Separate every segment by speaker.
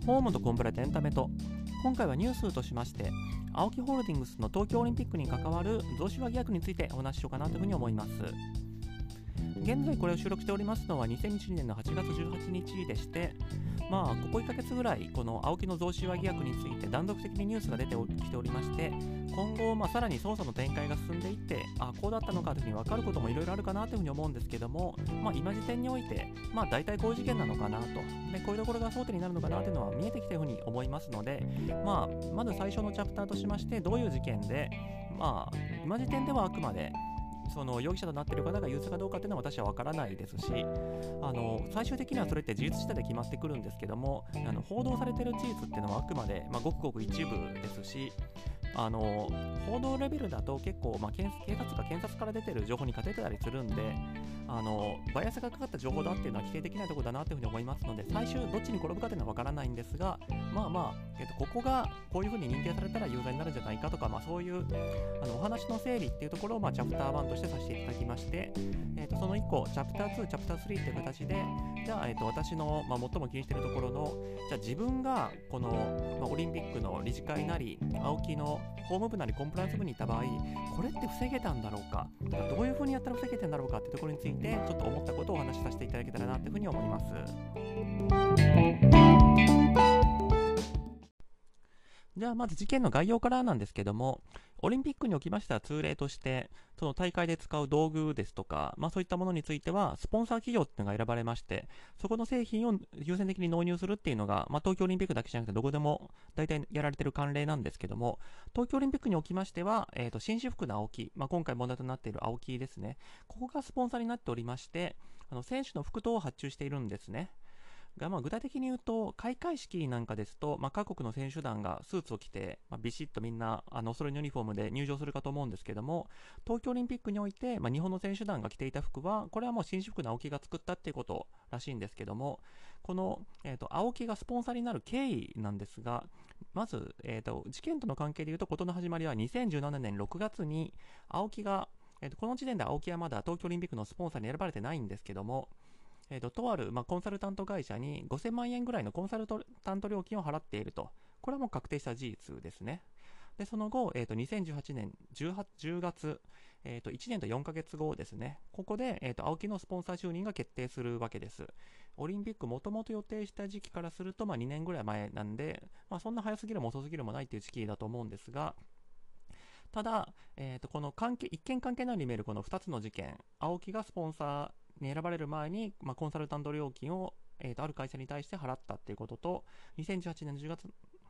Speaker 1: ホームとコンプラとエンタメと、今回はニュースとしまして、青木ホールディングスの東京オリンピックに関わる贈収賄疑惑についてお話ししようかなというふうに思います。現在これを収録しておりますのは2022年の8月18日でして、ここ1ヶ月ぐらいこの青木の贈収賄疑惑について断続的にニュースが出てきておりまして、今後さらに捜査の展開が進んでいって、こうだったのかというふうに分かることもいろいろあるかなというふうに思うんですけども、今時点において大体こういう事件なのかなと、でこういうところが争点になるのかなというのは見えてきたように思いますので、まず最初のチャプターとしまして、どういう事件で、今時点ではあくまでその容疑者となっている方が優勢かどうかというのは私は分からないですし、最終的にはそれって事実次第で決まってくるんですけども、報道されている事実っていうのはあくまで、ごくごく一部ですし、報道レベルだと結構、警察か検察から出ている情報に勝てたりするんで、バイアスがかかった情報だっていうのは規定できないところだなというふうに思いますので、最終どっちに転ぶかというのは分からないんですが、ここがこういうふうに認定されたら有罪になるんじゃないかとか、そういうお話の整理っていうところをチャプター1としてさせていただきまして、その以降チャプター2、チャプター3という形で、じゃあ、私の、最も気にしているところの、じゃあ自分がこの、オリンピックの理事会なり青木の法務部なりコンプライアンス部にいた場合、これって防げたんだろうか、どういうふうにやったら防げてんだろうかっていうところについてちょっと思ったことをお話しさせていただけたらなというふうに思います。ではまず事件の概要からなんですけども、オリンピックにおきましては通例としてその大会で使う道具ですとか、そういったものについてはスポンサー企業っていうのが選ばれまして、そこの製品を優先的に納入するっていうのが、東京オリンピックだけじゃなくてどこでも大体やられている慣例なんですけども、東京オリンピックにおきましては、紳士服の青木、今回問題となっている青木ですね、ここがスポンサーになっておりまして、選手の服等を発注しているんですね。具体的に言うと、開会式なんかですと、各国の選手団がスーツを着て、ビシッとみんなお揃いのユニフォームで入場するかと思うんですけども、東京オリンピックにおいて、日本の選手団が着ていた服は、これはもう紳士服の青木が作ったっていうことらしいんですけども、この、青木がスポンサーになる経緯なんですが、まず、事件との関係でいうと、事の始まりは2017年6月に青木が、この時点で青木はまだ東京オリンピックのスポンサーに選ばれてないんですけども、とある、コンサルタント会社に5000万円ぐらいのコンサルタント料金を払っていると。これはもう確定した事実ですね。で、その後、2018年10月、1年と4ヶ月後ですね。ここで、青木のスポンサー就任が決定するわけです。オリンピックもともと予定した時期からすると、2年ぐらい前なんで、そんな早すぎるも遅すぎるもないという時期だと思うんですが、ただ、この一見関係ないように見えるこの2つの事件、青木がスポンサーに選ばれる前に、コンサルタント料金を、ある会社に対して払ったっていうことと、2018年10月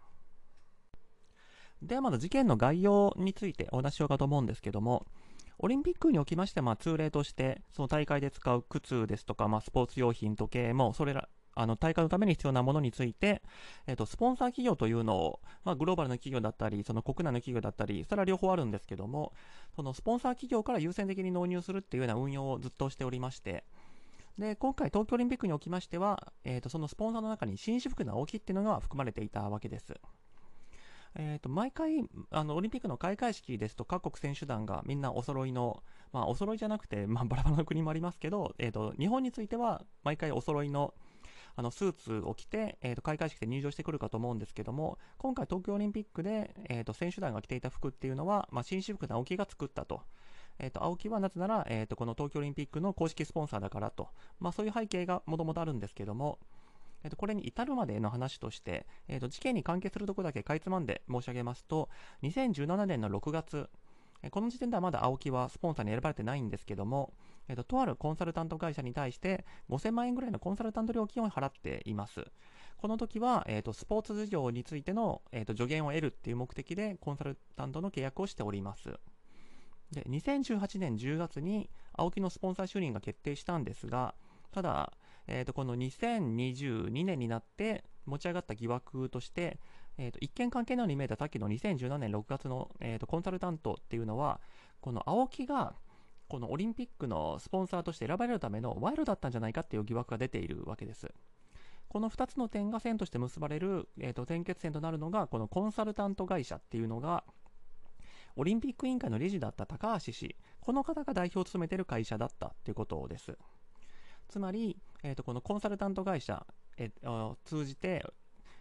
Speaker 1: ではまず事件の概要についてお話ししようかと思うんですけども、オリンピックにおきましては、通例としてその大会で使う靴ですとか、スポーツ用品、時計もそれら大会のために必要なものについて、スポンサー企業というのを、グローバルな企業だったり、その国内の企業だったり、それは両方あるんですけども、そのスポンサー企業から優先的に納入するっていうような運用をずっとしておりまして、で今回東京オリンピックにおきましては、そのスポンサーの中に紳士服の青木っていうのが含まれていたわけです。毎回オリンピックの開会式ですと各国選手団がみんなお揃いの、お揃いじゃなくて、バラバラの国もありますけど、日本については毎回お揃いのスーツを着て、開会式で入場してくるかと思うんですけども、今回東京オリンピックで、選手団が着ていた服っていうのは、紳士服の青木が作ったと。青木はなぜなら、この東京オリンピックの公式スポンサーだからと、そういう背景がもともとあるんですけども、これに至るまでの話として、事件に関係するところだけかいつまんで申し上げますと、2017年の6月、この時点ではまだ青木はスポンサーに選ばれてないんですけども、とあるコンサルタント会社に対して5000万円ぐらいのコンサルタント料金を払っています。この時は、スポーツ事業についての、助言を得るっていう目的でコンサルタントの契約をしております。で、2018年10月に青木のスポンサー就任が決定したんですが、ただ、この2022年になって持ち上がった疑惑として、一見関係ないように見えたさっきの2017年6月の、コンサルタントっていうのは、この青木がこのオリンピックのスポンサーとして選ばれるための賄賂だったんじゃないかっていう疑惑が出ているわけです。この2つの点が線として結ばれる、点結線となるのが、このコンサルタント会社っていうのが、オリンピック委員会の理事だった高橋氏、この方が代表を務めている会社だったっていうことです。つまり、このコンサルタント会社を通じて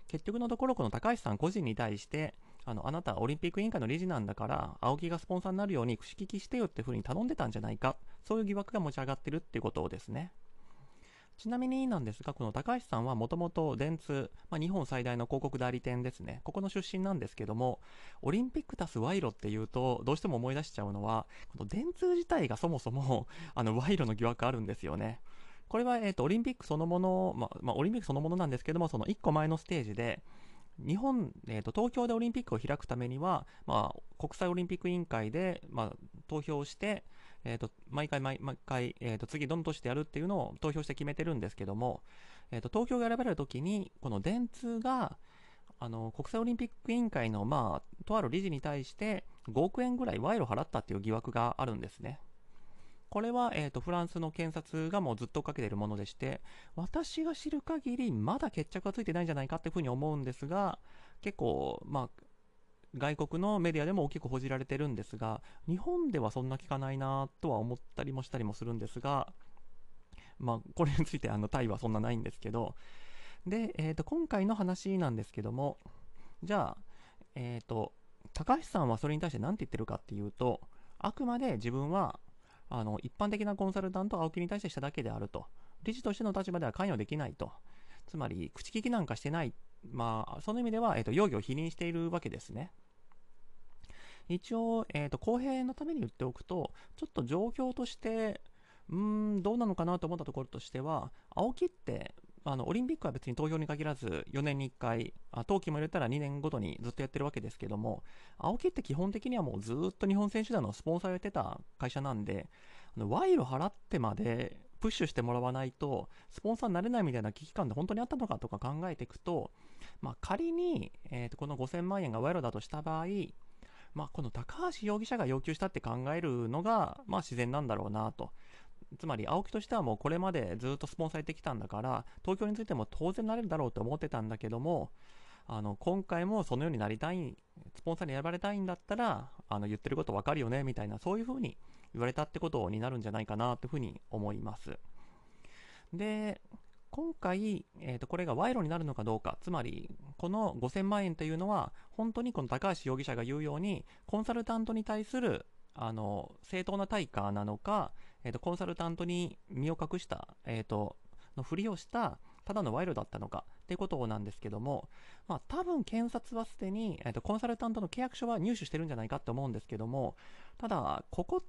Speaker 1: 結局のところこの高橋さん個人に対してあなたはオリンピック委員会の理事なんだから青木がスポンサーになるように口利きしてよってふうに頼んでたんじゃないか、そういう疑惑が持ち上がってるっていうことですね。ちなみになんですが、この高橋さんはもともと電通、日本最大の広告代理店ですね、ここの出身なんですけども、オリンピック足す賄賂っていうとどうしても思い出しちゃうのは、この電通自体がそもそも賄賂の疑惑あるんですよね。これは、オリンピックそのもの、オリンピックそのものなんですけども、その1個前のステージで日本、東京でオリンピックを開くためには、国際オリンピック委員会で、投票して、毎回、次どの年でやるっていうのを投票して決めてるんですけども、投票が選ばれるときに、この電通が、国際オリンピック委員会の、とある理事に対して5億円ぐらい賄賂を払ったっていう疑惑があるんですね。これは、フランスの検察がもうずっとかけているものでして、私が知る限りまだ決着がついてないんじゃないかっていうふうに思うんですが、結構、外国のメディアでも大きく報じられてるんですが、日本ではそんな聞かないなとは思ったりもしたりもするんですが、これについてタイはそんなないんですけど、で、今回の話なんですけども、じゃあ、高橋さんはそれに対して何て言ってるかっていうと、あくまで自分は一般的なコンサルタント青木に対してしただけであると、理事としての立場では関与できないと、つまり口利きなんかしてない、その意味では、容疑を否認しているわけですね。一応、公平のために言っておくと、ちょっと状況としてどうなのかなと思ったところとしては、青木ってオリンピックは別に投票に限らず4年に1回、冬季も入れたら2年ごとにずっとやってるわけですけども、青木って基本的にはもうずっと日本選手団のスポンサーをやってた会社なんで、賄賂払ってまでプッシュしてもらわないとスポンサーになれないみたいな危機感で本当にあったのかとか考えていくと、仮に、この5000万円が賄賂だとした場合、この高橋容疑者が要求したって考えるのが、自然なんだろうなと。つまり青木としてはもうこれまでずっとスポンサーやってきたんだから、東京についても当然なれるだろうと思ってたんだけども、今回もそのようになりたい、スポンサーに選ばれたいんだったら言ってること分かるよねみたいな、そういうふうに言われたってことになるんじゃないかなというふうに思います。で、今回、これが賄賂になるのかどうか、つまりこの5000万円というのは本当にこの高橋容疑者が言うようにコンサルタントに対する正当な対価なのか、コンサルタントに身を隠した、のふりをしたただの賄賂だったのかっていうことなんですけども、多分検察はすでに、コンサルタントの契約書は入手してるんじゃないかと思うんですけども、ただここって、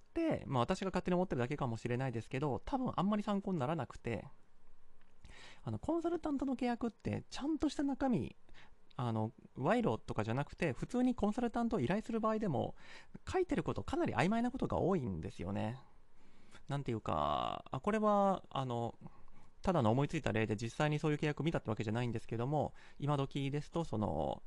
Speaker 1: 私が勝手に思ってるだけかもしれないですけど、多分あんまり参考にならなくて、コンサルタントの契約ってちゃんとした中身、賄賂とかじゃなくて普通にコンサルタントを依頼する場合でも書いてることかなり曖昧なことが多いんですよね。なんていうか、これはただの思いついた例で実際にそういう契約を見たってわけじゃないんですけども、今時ですとその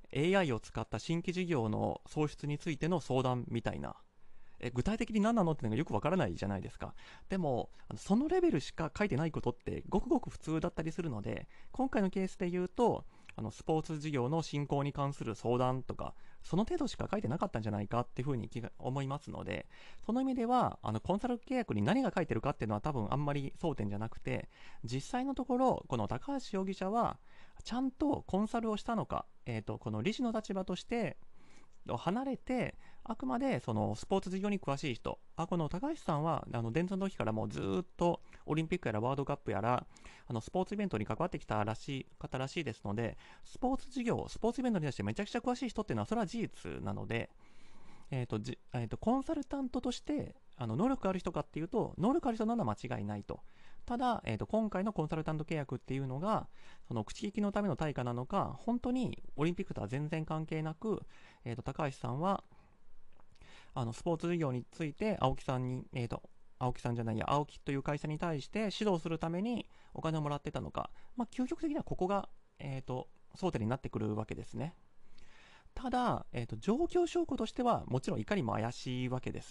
Speaker 1: AI を使った新規事業の創出についての相談みたいな、具体的に何なのってのがよくわからないじゃないですか。でもそのレベルしか書いてないことってごくごく普通だったりするので、今回のケースで言うとスポーツ事業の振興に関する相談とかその程度しか書いてなかったんじゃないかっていうふうに思いますので、その意味ではコンサル契約に何が書いてるかっていうのは多分あんまり争点じゃなくて、実際のところこの高橋容疑者はちゃんとコンサルをしたのか、この理事の立場として離れて、あくまでそのスポーツ事業に詳しい人、この高橋さんは電通の時からもうずっとオリンピックやらワールドカップやらスポーツイベントに関わってきた方らしいですので、スポーツ事業、スポーツイベントに対してめちゃくちゃ詳しい人っていうのはそれは事実なので、コンサルタントとして能力ある人かっていうと能力ある人なのは間違いないと。ただ、今回のコンサルタント契約っていうのがその口利きのための対価なのか、本当にオリンピックとは全然関係なく、高橋さんはスポーツ事業について青木さんに、青木という会社に対して指導するためにお金をもらってたのか、究極的にはここが、争点になってくるわけですね。ただ、状況証拠としてはもちろんいかにも怪しいわけです。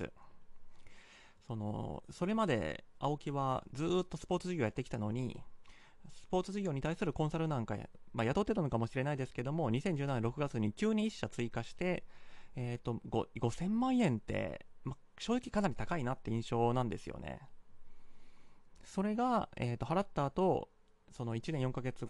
Speaker 1: それまで青木はずっとスポーツ事業やってきたのに、スポーツ事業に対するコンサルなんか、雇ってたのかもしれないですけども、2017年6月に急に1社追加して、5000万円って、正直かなり高いなって印象なんですよね。それが、払った後その1年4ヶ月後、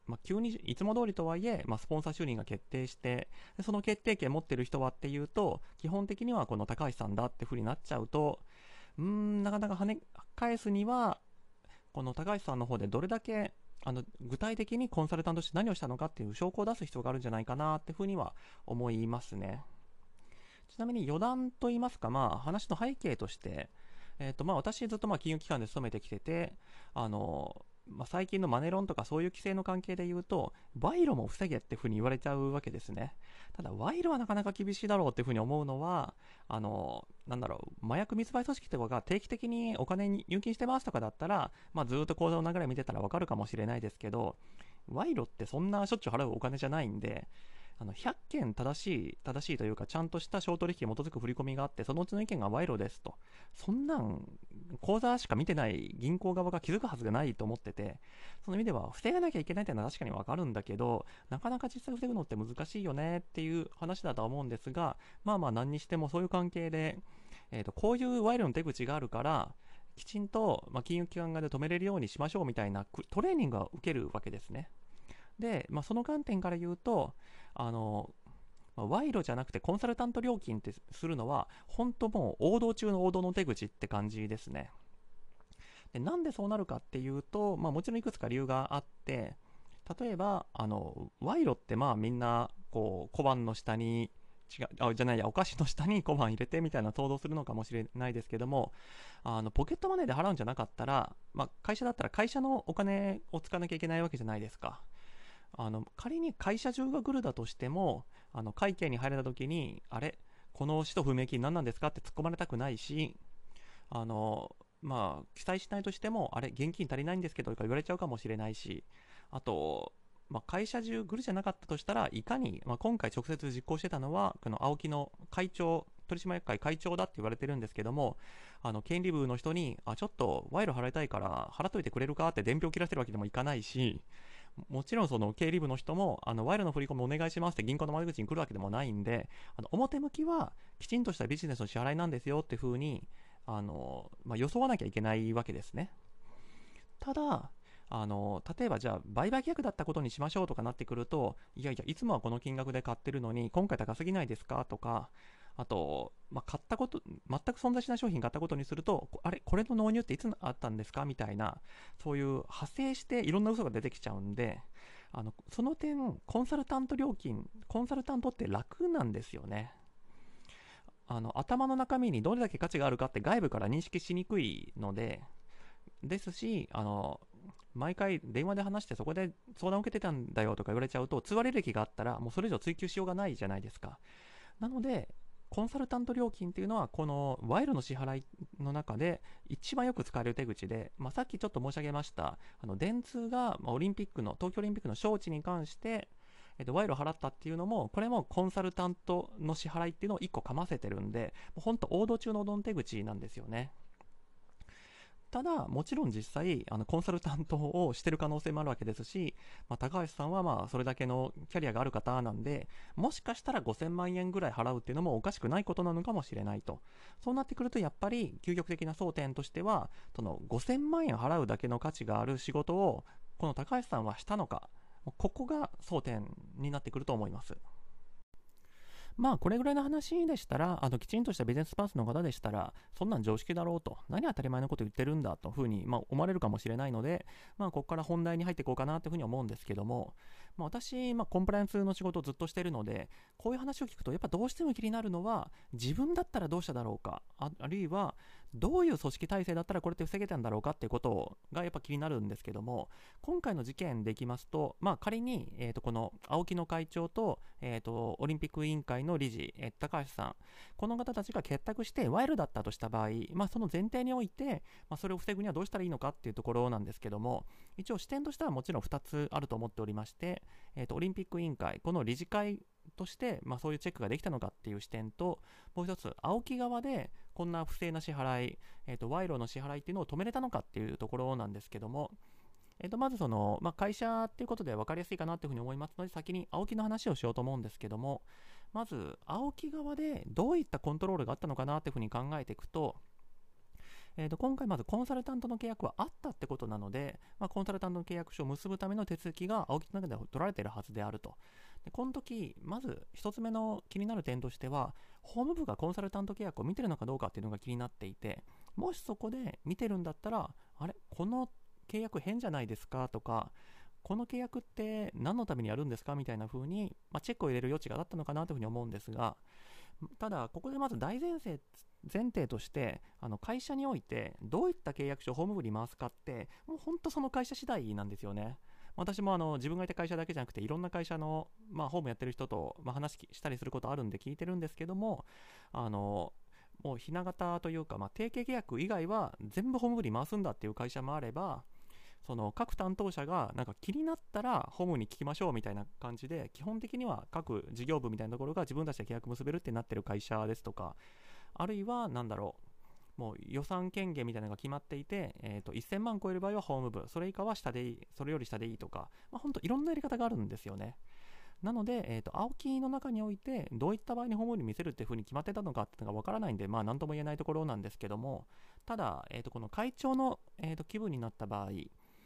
Speaker 1: 急にいつも通りとはいえ、スポンサー就任が決定して、でその決定権持ってる人はっていうと、基本的にはこの高橋さんだってふうになっちゃうと、なかなか跳ね返すには、この高橋さんの方でどれだけ具体的にコンサルタントとして何をしたのかっていう証拠を出す必要があるんじゃないかなっていうふうには思いますね。ちなみに余談といいますか、話の背景として、私ずっと金融機関で勤めてきてて、最近のマネロンとかそういう規制の関係で言うと、賄賂も防げっていうふうに言われちゃうわけですね。ただ、賄賂はなかなか厳しいだろうっていうふうに思うのは、麻薬密売組織とかが定期的にお金に入金してますとかだったら、ずっと口座の流れ見てたらわかるかもしれないですけど、賄賂ってそんなしょっちゅう払うお金じゃないんで、100件正しいというか、ちゃんとした商取引に基づく振り込みがあって、そのうちの意見が賄賂ですと。そんなん、口座しか見てない銀行側が気づくはずがないと思ってて、その意味では、防がなきゃいけないっていうのは確かにわかるんだけど、なかなか実際防ぐのって難しいよねっていう話だとは思うんですが、何にしてもそういう関係で、こういう賄賂の手口があるから、きちんと、金融機関側で止めれるようにしましょうみたいなトレーニングを受けるわけですね。で、その観点から言うと、賄賂じゃなくてコンサルタント料金ってするのは、本当もう王道中の王道の手口って感じですね。で、なんでそうなるかっていうと、もちろんいくつか理由があって、例えば、賄賂ってみんな、小判の下に、お菓子の下に小判入れてみたいな想像するのかもしれないですけども、ポケットマネーで払うんじゃなかったら、会社だったら会社のお金を使わなきゃいけないわけじゃないですか。仮に会社中がグルだとしても、会計に入れた時に、あれこの使途不明金何なんですかって突っ込まれたくないし、記載しないとしても、あれ現金足りないんですけどとか言われちゃうかもしれないし、あと、会社中グルじゃなかったとしたらいかに、今回直接実行してたのはこの青木の会長、取締役会会長だって言われてるんですけども、経理部の人にちょっと賄賂払いたいから払っといてくれるかって伝票を切らせるわけでもいかないし、もちろんその経理部の人も賄賂の振り込みお願いしますって銀行の窓口に来るわけでもないんで、表向きはきちんとしたビジネスの支払いなんですよっていう風に装わなきゃいけないわけですね。ただ例えばじゃあ売買契約だったことにしましょうとかなってくると、いつもはこの金額で買ってるのに今回高すぎないですかとか、あと、買ったこと、全く存在しない商品買ったことにすると、あれこれの納入っていつあったんですかみたいな、そういう派生していろんな嘘が出てきちゃうんで、その点、コンサルタントって楽なんですよね。頭の中身にどれだけ価値があるかって外部から認識しにくいので、ですし、毎回電話で話してそこで相談を受けてたんだよとか言われちゃうと、通話履歴があったらもうそれ以上追求しようがないじゃないですか。なので、コンサルタント料金っていうのはこの賄賂の支払いの中で一番よく使われる手口で、さっきちょっと申し上げました電通が東京オリンピックの招致に関して賄賂払ったっていうのも、これもコンサルタントの支払いっていうのを1個かませてるんで、本当王道中の王道の手口なんですよね。ただ、もちろん実際、コンサルタントをしてる可能性もあるわけですし、高橋さんはそれだけのキャリアがある方なんで、もしかしたら5000万円ぐらい払うっていうのもおかしくないことなのかもしれないと。そうなってくると、やっぱり究極的な争点としては、その5000万円払うだけの価値がある仕事を、この高橋さんはしたのか、ここが争点になってくると思います。これぐらいの話でしたら、きちんとしたビジネスパーソンの方でしたら、そんなん常識だろうと、何当たり前のこと言ってるんだというふうに、思われるかもしれないので、ここから本題に入っていこうかなというふうに思うんですけども、私、コンプライアンスの仕事をずっとしているので、こういう話を聞くと、やっぱどうしても気になるのは、自分だったらどうしただろうか、あるいは、どういう組織体制だったらこれって防げたんだろうかっていうことがやっぱ気になるんですけども、今回の事件でいきますと、仮に、この青木の会長と、オリンピック委員会の理事、高橋さん、この方たちが結託して賄賂だったとした場合、その前提において、それを防ぐにはどうしたらいいのかっていうところなんですけども、一応視点としてはもちろん2つあると思っておりまして、オリンピック委員会、この理事会として、そういうチェックができたのかっていう視点と、もう一つ、青木側でこんな不正な支払い、賄賂の支払いっていうのを止めれたのかっていうところなんですけども、まずその、会社っていうことで分かりやすいかなというふうに思いますので、先に青木の話をしようと思うんですけども、まず青木側でどういったコントロールがあったのかなというふうに考えていくと、 今回まずコンサルタントの契約はあったってことなので、コンサルタントの契約書を結ぶための手続きが青木の中では取られているはずであると。でこの時、まず一つ目の気になる点としては、法務部がコンサルタント契約を見てるのかどうかっていうのが気になっていて、もしそこで見てるんだったら、あれ、この契約変じゃないですかとか、この契約って何のためにやるんですかみたいな風に、チェックを入れる余地があったのかなというふうに思うんですが、ただここでまず大前提として、会社においてどういった契約書を法務部に回すかってもう本当その会社次第なんですよね。私も自分がいた会社だけじゃなくていろんな会社の、法務やってる人と、話したりすることあるんで聞いてるんですけども、もうひな形というか、提携契約以外は全部法務部に回すんだっていう会社もあれば、その各担当者がなんか気になったら法務に聞きましょうみたいな感じで、基本的には各事業部みたいなところが自分たちで契約結べるってなってる会社ですとか、あるいはもう予算権限みたいなのが決まっていて、1000万超える場合は法務部、それ以下は下でいい、それより下でいいとか、本当いろんなやり方があるんですよね。なので、青木の中においてどういった場合に法務に見せるっていうふうに決まってたのかっていうのがわからないんで、何とも言えないところなんですけども、ただ、この会長の、気分になった場合、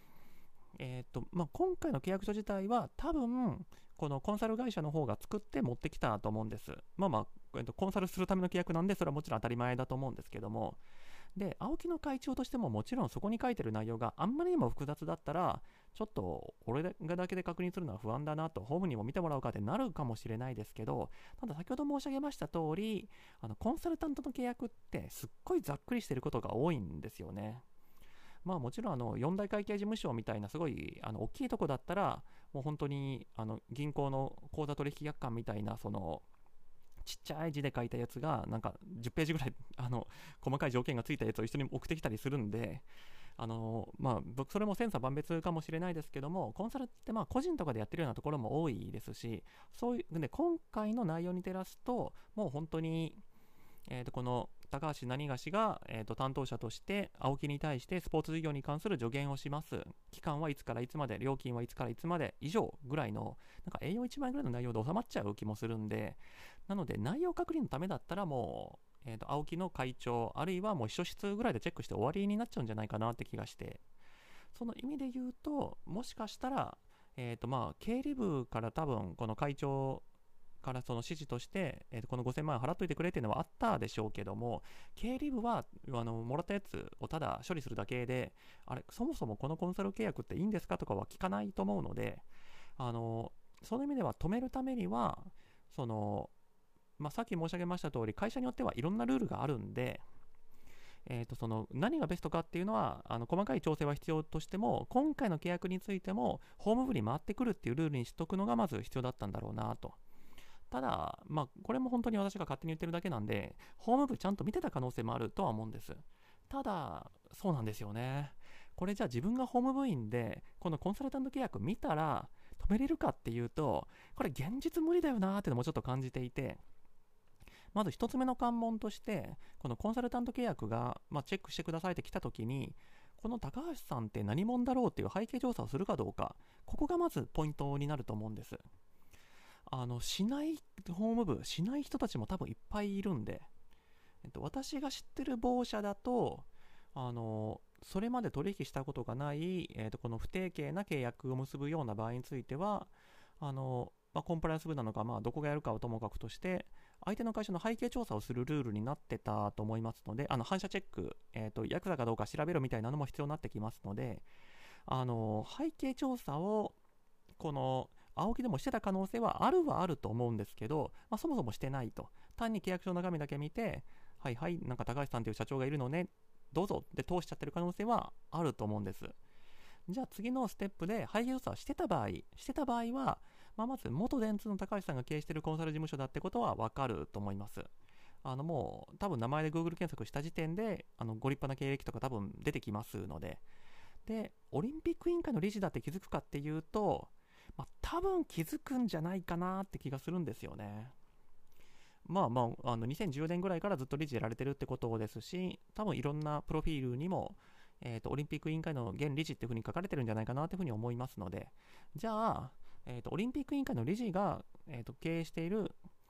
Speaker 1: 今回の契約書自体は多分このコンサル会社の方が作って持ってきたと思うんです。コンサルするための契約なんでそれはもちろん当たり前だと思うんですけども、で青木の会長としてももちろんそこに書いてる内容があんまりにも複雑だったら、ちょっと俺がだけで確認するのは不安だなと、法務にも見てもらうかってなるかもしれないですけど、ただ先ほど申し上げました通り、コンサルタントの契約ってすっごいざっくりしてることが多いんですよね。もちろん四大会計事務所みたいなすごい大きいとこだったら、もう本当に銀行の口座取引約款みたいな、そのちっちゃい字で書いたやつがなんか10ページぐらい細かい条件がついたやつを一緒に送ってきたりするんで、僕それも千差万別かもしれないですけども、コンサルって個人とかでやってるようなところも多いですし、そういうで今回の内容に照らすともう本当にこの高橋何がしが、担当者として青木に対してスポーツ事業に関する助言をします。期間はいつからいつまで、料金はいつからいつまで以上ぐらいの、なんか栄養1枚ぐらいの内容で収まっちゃう気もするんで、なので内容確認のためだったらもう、青木の会長、あるいはもう秘書室ぐらいでチェックして終わりになっちゃうんじゃないかなって気がして、その意味で言うと、もしかしたら、経理部から多分この会長からその指示として、この5000万円払っといてくれっていうのはあったでしょうけども、経理部はもらったやつをただ処理するだけで、あれそもそもこのコンサル契約っていいんですかとかは聞かないと思うので、その意味では止めるためにはその、さっき申し上げました通り、会社によってはいろんなルールがあるんで、その何がベストかっていうのは細かい調整は必要としても、今回の契約についても法務部に回ってくるっていうルールにしとくのがまず必要だったんだろうなと。ただ、これも本当に私が勝手に言ってるだけなんで、法務部ちゃんと見てた可能性もあるとは思うんです。ただ、そうなんですよね。これじゃあ自分が法務部員で、このコンサルタント契約見たら止めれるかっていうと、これ現実無理だよなーってのもちょっと感じていて、まず一つ目の関門として、このコンサルタント契約が、チェックしてくださいって来た時に、この高橋さんって何者だろうっていう背景調査をするかどうか、ここがまずポイントになると思うんです。しない法務部しない人たちも多分いっぱいいるんで、私が知ってる某社だとそれまで取引したことがない、この不定形な契約を結ぶような場合についてはコンプライアンス部なのか、どこがやるかはともかくとして相手の会社の背景調査をするルールになってたと思いますので、反社チェック、ヤクザかどうか調べろみたいなのも必要になってきますので、背景調査をこの青木でもしてた可能性はあると思うんですけど、そもそもしてないと。単に契約書の中身だけ見て、はいはい、なんか高橋さんという社長がいるのね、どうぞで通しちゃってる可能性はあると思うんです。じゃあ次のステップで背景調査してた場合は、まず元電通の高橋さんが経営しているコンサル事務所だってことは分かると思います。もう多分名前で Google 検索した時点でご立派な経歴とか多分出てきますので、でオリンピック委員会の理事だって気づくかっていうと、多分気づくんじゃないかなって気がするんですよね。2014年ぐらいからずっと理事やられてるってことですし、多分いろんなプロフィールにも、オリンピック委員会の現理事っていうふうに書かれてるんじゃないかなっていうふうに思いますので、じゃあ、オリンピック委員会の理事が、経営している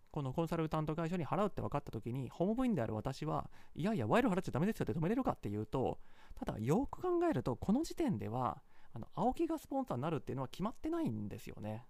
Speaker 1: このコンサルタント会社に払うって分かった時に、ホーム部員である私はいやいや賄賂払っちゃダメですよって止めれるかっていうと、ただよく考えるとこの時点では青木がスポンサーになるっていうのは決まってないんですよね。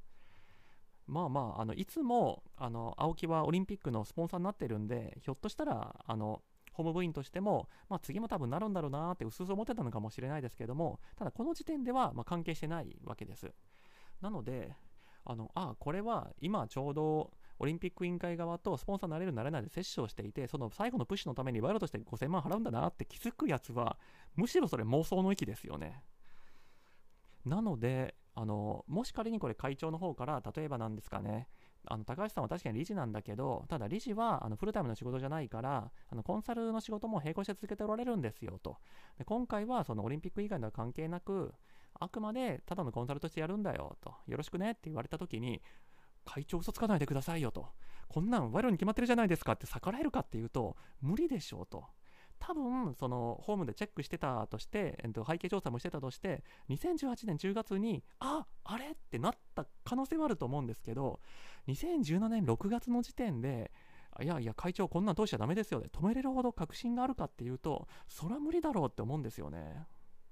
Speaker 1: いつも青木はオリンピックのスポンサーになってるんで、ひょっとしたらホーム部員としても、次も多分なるんだろうなって薄々思ってたのかもしれないですけども、ただこの時点では関係してないわけです。なのでこれは今ちょうどオリンピック委員会側とスポンサーになれるなれないで折衝していて、その最後のプッシュのために賄賂として5000万払うんだなって気づくやつは、むしろそれ妄想の域ですよね。なのでもし仮にこれ会長の方から、例えばなんですかね、高橋さんは確かに理事なんだけど、ただ理事はフルタイムの仕事じゃないからコンサルの仕事も並行して続けておられるんですよと。で今回はそのオリンピック以外のは関係なく、あくまでただのコンサルとしてやるんだよと、よろしくねって言われた時に、会長嘘つかないでくださいよと、こんなん賄賂に決まってるじゃないですかって逆らえるかっていうと無理でしょうと。多分そのホームでチェックしてたとして、背景調査もしてたとして、2018年10月にあれってなった可能性はあると思うんですけど、2017年6月の時点でいやいや会長こんなん通しちゃダメですよね止めれるほど確信があるかっていうと、それは無理だろうって思うんですよね。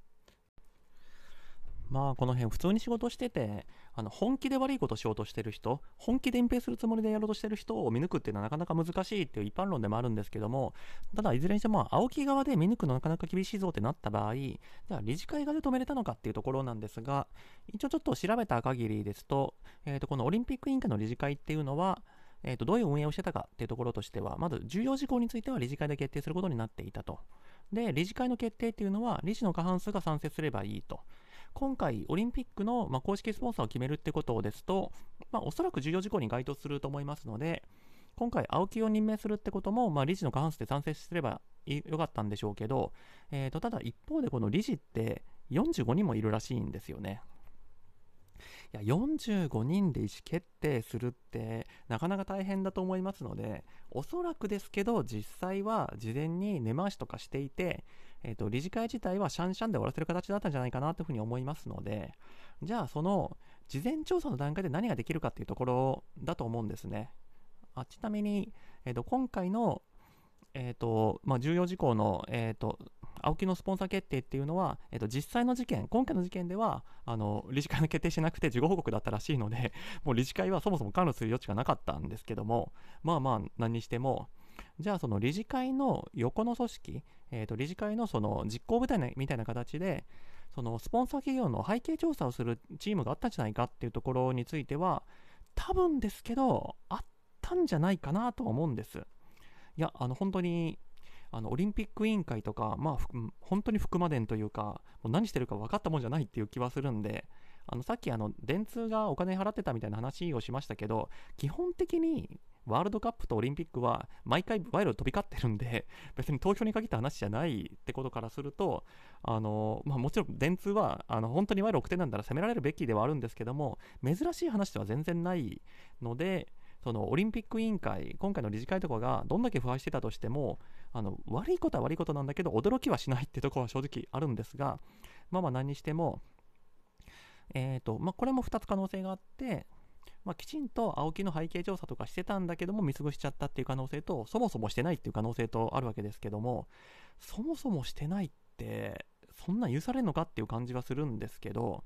Speaker 1: この辺普通に仕事してて、本気で悪いことしようとしてる人、本気で隠蔽するつもりでやろうとしてる人を見抜くっていうのはなかなか難しいっていう一般論でもあるんですけども、ただいずれにしても青木側で見抜くのなかなか厳しいぞってなった場合、じゃあ理事会側で止めれたのかっていうところなんですが、一応ちょっと調べた限りですと、このオリンピック委員会の理事会っていうのは、どういう運営をしてたかっていうところとしては、まず重要事項については理事会で決定することになっていたと。で、理事会の決定っていうのは理事の過半数が賛成すればいいと。今回オリンピックの、公式スポンサーを決めるってことですと、おそらく重要事項に該当すると思いますので、今回青木を任命するってことも、理事の過半数で賛成すればよかったんでしょうけど、ただ一方でこの理事って45人もいるらしいんですよね。いや45人で意思決定するってなかなか大変だと思いますので、おそらくですけど実際は事前に根回しとかしていて、理事会自体はシャンシャンで終わらせる形だったんじゃないかなというふうに思いますので、じゃあその事前調査の段階で何ができるかっていうところだと思うんですね。ちなみに、今回の、重要事項の、青木のスポンサー決定っていうのは、実際の事件、今回の事件では理事会の決定しなくて事後報告だったらしいので、もう理事会はそもそも関与する余地がなかったんですけども、何にしても、じゃあその理事会の横の組織、理事会のその実行部隊みたいな形で、そのスポンサー企業の背景調査をするチームがあったんじゃないかっていうところについては、多分ですけどあったんじゃないかなと思うんです。いや本当にオリンピック委員会とか、本当に福間伝というか、もう何してるか分かったもんじゃないっていう気はするんで、さっき電通がお金払ってたみたいな話をしましたけど、基本的にワールドカップとオリンピックは毎回賄賂飛び交ってるんで、別に投票に限った話じゃないってことからすると、もちろん電通は本当に賄賂送ってなんだら責められるべきではあるんですけども、珍しい話では全然ないので、そのオリンピック委員会、今回の理事会とかがどんだけ腐敗してたとしても、悪いことは悪いことなんだけど驚きはしないってところは正直あるんですが、何にしても、これも2つ可能性があって、きちんと青木の背景調査とかしてたんだけども見過ごしちゃったっていう可能性と、そもそもしてないっていう可能性とあるわけですけども、そもそもしてないってそんな許されるのかっていう感じはするんですけど、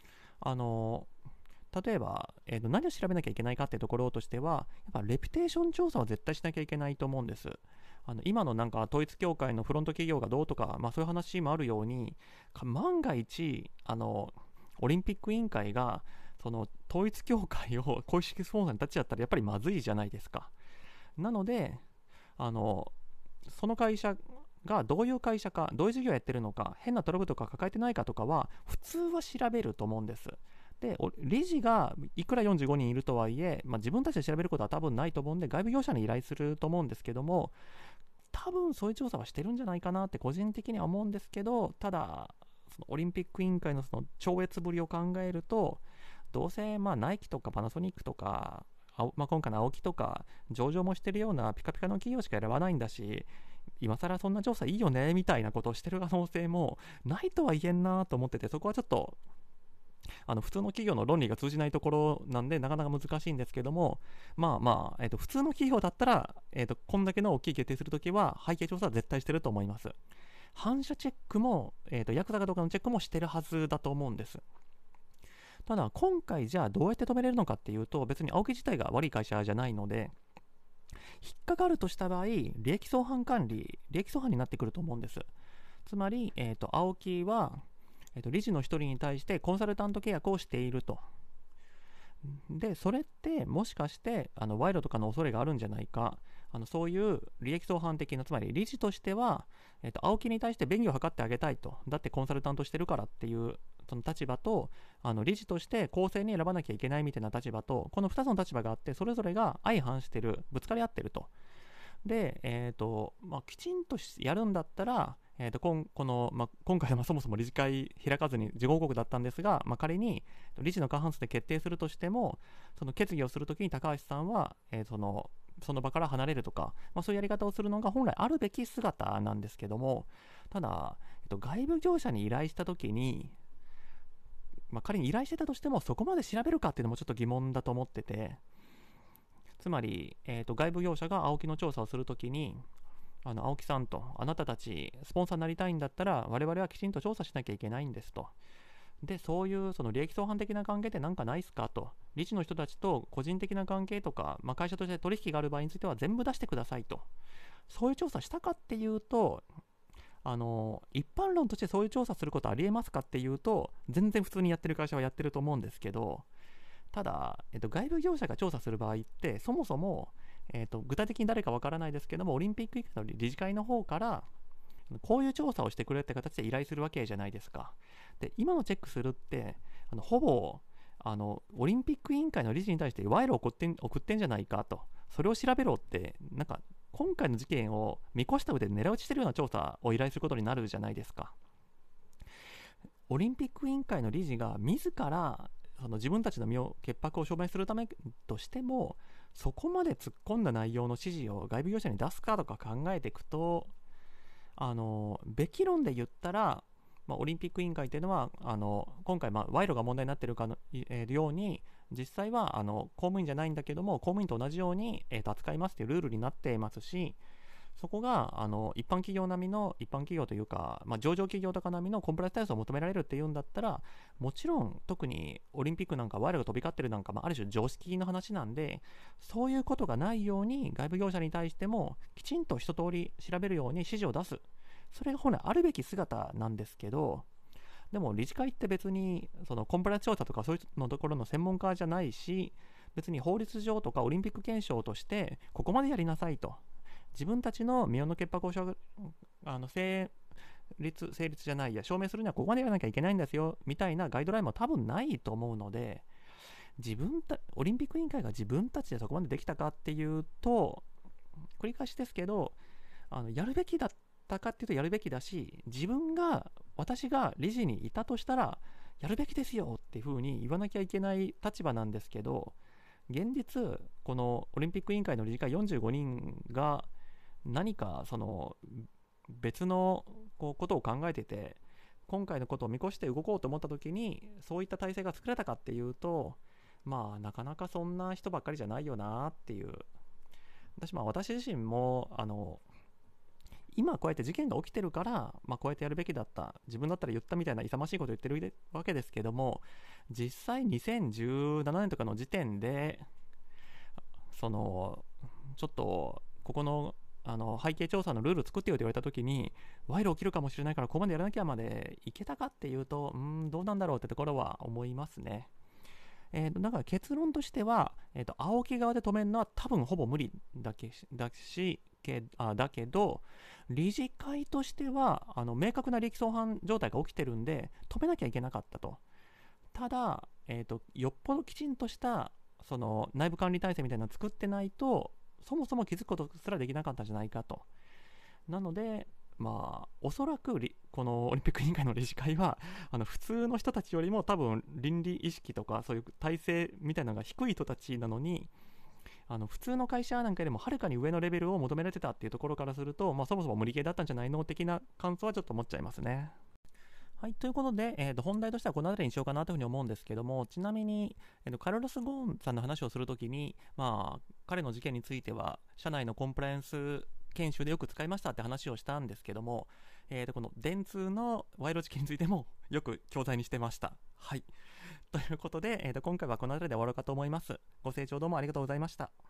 Speaker 1: 例えば、何を調べなきゃいけないかっていうところとしては、やっぱレピュテーション調査は絶対しなきゃいけないと思うんです。今のなんか統一教会のフロント企業がどうとか、そういう話もあるように、万が一オリンピック委員会がその統一教会を公式スポンサーに立ちちゃったらやっぱりまずいじゃないですか。なのでその会社がどういう会社か、どういう事業をやってるのか、変なトラブルとか抱えてないかとかは普通は調べると思うんです。で理事がいくら45人いるとはいえ、自分たちで調べることは多分ないと思うんで、外部業者に依頼すると思うんですけども、多分そういう調査はしてるんじゃないかなって個人的には思うんですけど、ただそのオリンピック委員会のその超越ぶりを考えると、どうせナイキとかパナソニックとか今回の青木とか上場もしてるようなピカピカの企業しか選ばないんだし、今更そんな調査いいよねみたいなことをしてる可能性もないとは言えんなと思ってて、そこはちょっと普通の企業の論理が通じないところなんでなかなか難しいんですけども、普通の企業だったら、こんだけの大きい決定するときは背景調査は絶対してると思います。反社チェックも、ヤクザかどうかのチェックもしてるはずだと思うんです。ただ今回じゃあどうやって止めれるのかっていうと、別に青木自体が悪い会社じゃないので、引っかかるとした場合、利益相反管理、利益相反になってくると思うんです。つまり、青木は、理事の一人に対してコンサルタント契約をしていると。で、それってもしかして賄賂とかの恐れがあるんじゃないか、そういう利益相反的な、つまり理事としては、青木に対して便宜を図ってあげたいと、だってコンサルタントしてるからっていうその立場と、理事として公正に選ばなきゃいけないみたいな立場と、この2つの立場があって、それぞれが相反してる、ぶつかり合ってると。で、きちんとやるんだったら、今回はそもそも理事会開かずに事後報告だったんですが、仮に理事の過半数で決定するとしても、その決議をするときに高橋さんは、その場から離れるとか、そういうやり方をするのが本来あるべき姿なんですけども、ただ、外部業者に依頼したときに、仮に依頼してたとしてもそこまで調べるかっていうのもちょっと疑問だと思ってて、つまり、外部業者が青木の調査をするときに、青木さんと、あなたたちスポンサーになりたいんだったら我々はきちんと調査しなきゃいけないんですと。で、そういうその利益相反的な関係ってなんかないっすかと。理事の人たちと個人的な関係とか、会社として取引がある場合については全部出してくださいと。そういう調査したかっていうと、一般論としてそういう調査することありえますかっていうと、全然普通にやってる会社はやってると思うんですけど、ただ、外部業者が調査する場合って、そもそも、具体的に誰かわからないですけども、オリンピック委員会の理事会の方から、こういう調査をしてくれって形で依頼するわけじゃないですか。で、今のチェックするって、ほぼ、オリンピック委員会の理事に対して賄賂を送ってんじゃないかと。それを調べろって、なんか、今回の事件を見越した上で狙い撃ちしてるような調査を依頼することになるじゃないですか。オリンピック委員会の理事が自らその自分たちの潔白を証明するためとしても、そこまで突っ込んだ内容の指示を外部業者に出すかとか考えていくと、べき論で言ったら、オリンピック委員会というのは今回賄賂が問題になっているように、実際は公務員じゃないんだけども公務員と同じように、扱いますというルールになっていますし、そこが一般企業並みの、一般企業というか、上場企業とか並みのコンプライアンス体制を求められるっていうんだったら、もちろん特にオリンピックなんか賄賂が飛び交ってるなんか、ある種常識の話なんで、そういうことがないように外部業者に対してもきちんと一通り調べるように指示を出す、それが本来あるべき姿なんですけど、でも理事会って別にそのコンプライアンス調査とかそういうのところの専門家じゃないし、別に法律上とかオリンピック憲章としてここまでやりなさいと、自分たちの身の潔白を成立じゃないや証明するにはここまでやらなきゃいけないんですよみたいなガイドラインも多分ないと思うので、オリンピック委員会が自分たちでそこまでできたかっていうと、繰り返しですけど、やるべきだったかっていうとやるべきだし、私が理事にいたとしたらやるべきですよっていう風に言わなきゃいけない立場なんですけど、現実このオリンピック委員会の理事会45人が何かその別のことを考えてて、今回のことを見越して動こうと思った時にそういった体制が作れたかっていうと、なかなかそんな人ばっかりじゃないよなっていう。私自身も今こうやって事件が起きてるから、こうやってやるべきだった、自分だったら言ったみたいな勇ましいことを言ってるわけですけども、実際2017年とかの時点でちょっとここの背景調査のルール作ってよって言われた時に、賄賂起きるかもしれないからここまでやらなきゃまでいけたかっていうと、どうなんだろうってところは思いますね。だから結論としては、青木側で止めるのは多分ほぼ無理だけど、理事会としては明確な利益相反状態が起きてるんで止めなきゃいけなかったと。ただ、よっぽどきちんとしたその内部管理体制みたいなのを作ってないと、そもそも気づくことすらできなかったんじゃないかと。なので、おそらくこのオリンピック委員会の理事会は普通の人たちよりも多分倫理意識とかそういう体制みたいなのが低い人たちなのに、普通の会社なんかよりもはるかに上のレベルを求められてたっていうところからすると、そもそも無理ゲーだったんじゃないの的な感想はちょっと持っちゃいますね。 はい、ということで、本題としてはこの辺りにしようかなというふうに思うんですけども、ちなみに、カルロス・ゴーンさんの話をするときに、彼の事件については、社内のコンプライアンス研修でよく使いましたって話をしたんですけども、この電通の賄賂事件についてもよく教材にしてました。はい。ということで、今回はこの辺りで終わろうかと思います。ご清聴どうもありがとうございました。